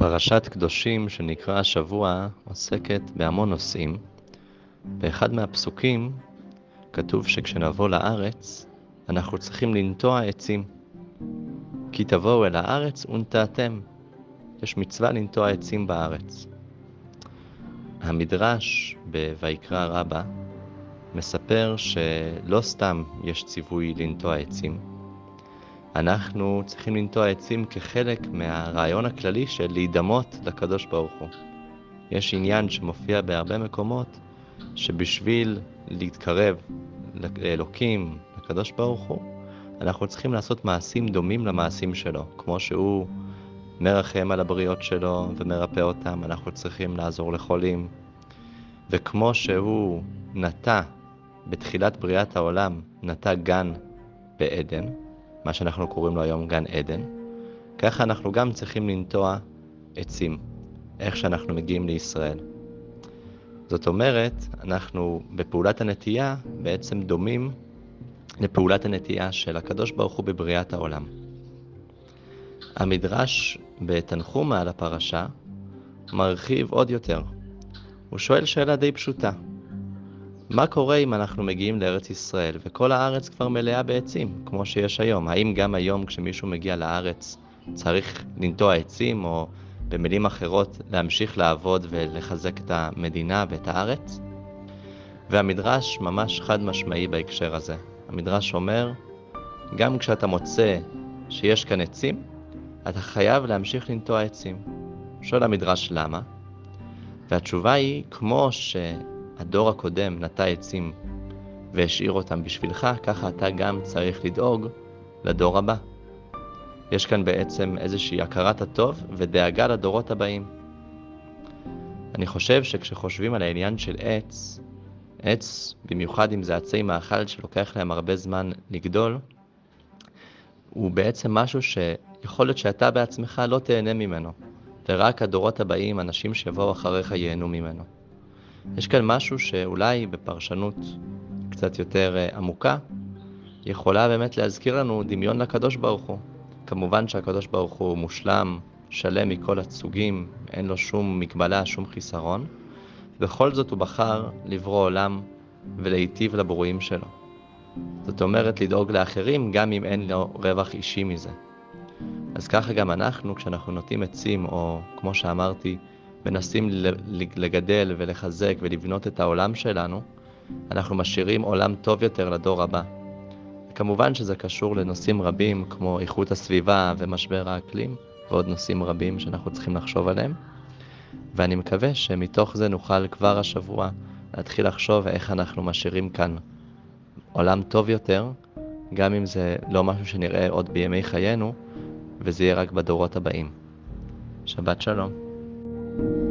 פרשת קדושים שנקרא השבוע עוסקת בהמון נושאים. באחד מהפסוקים כתוב שכשנבוא לארץ אנחנו צריכים לנטוע עצים. כי תבואו אל הארץ ונטעתם. יש מצווה לנטוע עצים בארץ. המדרש בויקרא רבה מספר שלא סתם יש ציווי לנטוע עצים. אנחנו צריכים לנטוע עצים כחלק מהרעיון הכללי של להידמות לקדוש ברוך הוא. יש עניין שמופיע בהרבה מקומות שבשביל להתקרב לאלוקים, לקדוש ברוך הוא, אנחנו צריכים לעשות מעשים דומים למעשים שלו. כמו שהוא מרחם על הבריות שלו ומרפא אותם, אנחנו צריכים לעזור לחולים. וכמו שהוא נטע בתחילת בריאת העולם, נטע גן בעדן, מה שאנחנו קוראים לו היום גן עדן, ככה אנחנו גם צריכים לנטוע עצים, איך שאנחנו מגיעים לישראל. זאת אומרת, אנחנו בפעולת הנטייה בעצם דומים לפעולת הנטייה של הקדוש ברוך הוא בבריאת העולם. המדרש בתנחומא על הפרשה מרחיב עוד יותר. הוא שואל שאלה די פשוטה. מה קורה אם אנחנו מגיעים לארץ ישראל וכל הארץ כבר מלאה בעצים, כמו שיש היום? האם גם היום כשמישהו מגיע לארץ צריך לנטוע עצים, או במילים אחרות להמשיך לעבוד ולחזק את המדינה ואת הארץ? והמדרש ממש חד משמעי בהקשר הזה. המדרש אומר, גם כשאתה מוצא שיש כאן עצים, אתה חייב להמשיך לנטוע עצים. שואל המדרש למה? והתשובה היא, כמו שהדור הקודם נטע עצים והשאיר אותם בשבילך, ככה אתה גם צריך לדאוג לדור הבא. יש כאן בעצם איזושהי הכרת הטוב ודאגה לדורות הבאים. אני חושב שכשחושבים על העניין של עץ, במיוחד אם זה עצי מאכל שלוקח להם הרבה זמן לגדול, הוא בעצם משהו שיכול להיות שאתה בעצמך לא תהנה ממנו, ורק הדורות הבאים, אנשים שיבואו אחריך ייהנו ממנו. יש כאן משהו שאולי בפרשנות קצת יותר עמוקה, יכולה באמת להזכיר לנו דמיון לקדוש ברוך הוא. כמובן שהקדוש ברוך הוא מושלם, שלם מכל הסוגים, אין לו שום מגבלה, שום חיסרון. בכל זאת הוא בחר לברוא עולם ולהיטיב לברואים שלו. זאת אומרת לדאוג לאחרים גם אם אין לו רווח אישי מזה. אז ככה גם אנחנו, כשאנחנו נוטעים עצים, או כמו שאמרתי, מנסים לגדל ולחזק ולבנות את העולם שלנו, אנחנו משאירים עולם טוב יותר לדור הבא. כמובן שזה קשור לנושאים רבים כמו איכות הסביבה ומשבר האקלים, ועוד נושאים רבים שאנחנו צריכים לחשוב עליהם. ואני מקווה שמתוך זה נוכל כבר השבוע להתחיל לחשוב איך אנחנו משאירים כאן עולם טוב יותר, גם אם זה לא משהו שנראה עוד בימי חיינו, וזה יהיה רק בדורות הבאים. שבת שלום.